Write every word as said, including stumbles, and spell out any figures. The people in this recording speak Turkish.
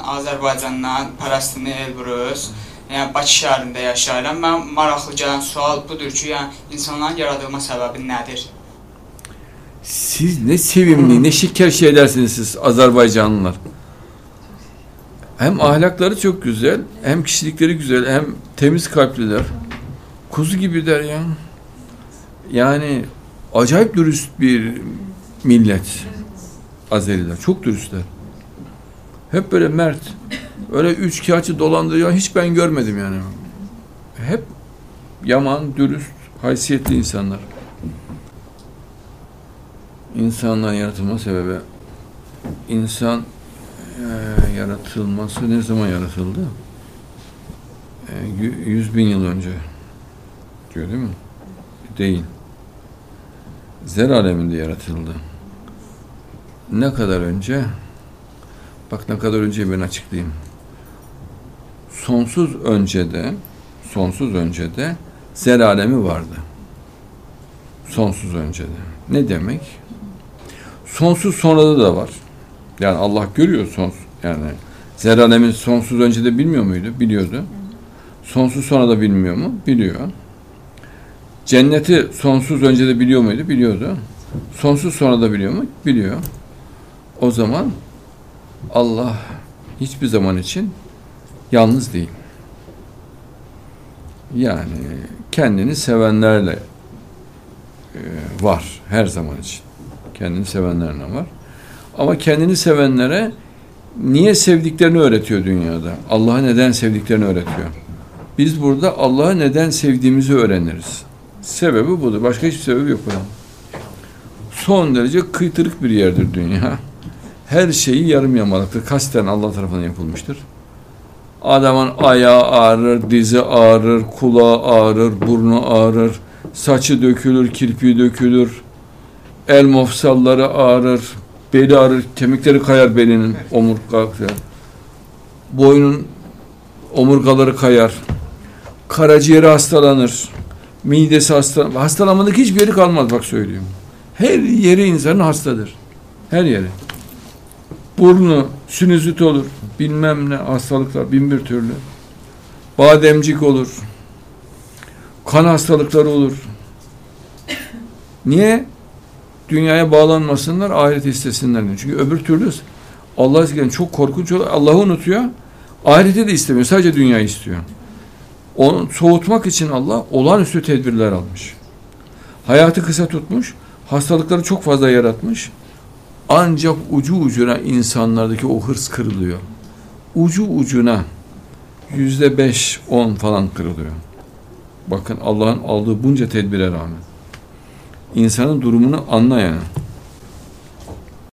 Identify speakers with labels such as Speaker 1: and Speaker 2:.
Speaker 1: Azərbaycandan Pərəstini Elbrus, yəni Bakı şəhərində yaşayıram. Mən maraqlı gələn sual budur ki, yəni insanların yaradılma səbəbi nədir?
Speaker 2: Siz ne sevimli, ne şeker şeylersiniz siz Azerbaycanlılar. Hem ahlakları çok güzel, hem kişilikleri güzel, hem temiz kalpliler. Kuzu gibiler ya. Yani acayip dürüst bir millet Azeriler. Çok dürüstler. Hep böyle mert. Öyle üç kağıtçı dolandırıyor. Hiç ben görmedim yani. Hep yaman, dürüst, haysiyetli insanlar. İnsanların yaratılma sebebi. İnsan e, yaratılması ne zaman yaratıldı? E, yüz bin yıl önce. Diyor değil mi? Değil. Zer aleminde yaratıldı. Ne kadar önce? Bak ne kadar önce ben açıklayayım. Sonsuz öncede, sonsuz öncede zer alemi vardı. Sonsuz öncede. Ne demek? Sonsuz sonrada da var. Yani Allah görüyor sonsuz. Yani zer alemi sonsuz öncede bilmiyor muydu? Biliyordu. Sonsuz sonra da bilmiyor mu? Biliyor. Cenneti sonsuz öncede biliyor muydu? Biliyordu. Sonsuz sonra da biliyor mu? Biliyor. O zaman Allah hiçbir zaman için yalnız değil. Yani kendini sevenlerle e, var her zaman için. Kendini sevenlerle var. Ama kendini sevenlere niye sevdiklerini öğretiyor dünyada. Allah'ı neden sevdiklerini öğretiyor. Biz burada Allah'ı neden sevdiğimizi öğreniriz. Sebebi budur. Başka hiçbir sebebi yok bunun. Son derece kıytırık bir yerdir dünya. Her şeyi yarım yamalıktır. Kasten Allah tarafından yapılmıştır. Adamın ayağı ağrır, dizi ağrır, kulağı ağrır, burnu ağrır, saçı dökülür, kirpiği dökülür, el mofsalları ağrır, beli ağrır, kemikleri kayar belinin, omurgası. Boynun omurgaları kayar. Karaciğeri hastalanır. Midesi hastalanır. Hastalanmadık hiçbir yeri kalmaz bak söyleyeyim. Her yeri insanın hastadır. Her yeri. Burnu, sinüzit olur. Bilmem ne hastalıklar, bin bir türlü. Bademcik olur. Kan hastalıkları olur. Niye? Dünyaya bağlanmasınlar, ahireti istesinler. Çünkü öbür türlü Allah eskiden çok korkunç olur. Allah'ı unutuyor. Ahireti de istemiyor. Sadece dünyayı istiyor. Onu soğutmak için Allah olağanüstü tedbirler almış. Hayatı kısa tutmuş. Hastalıkları çok fazla yaratmış. Ancak ucu ucuna insanlardaki o hırs kırılıyor. Ucu ucuna yüzde beş, on falan kırılıyor. Bakın Allah'ın aldığı bunca tedbire rağmen. İnsanın durumunu anlayan.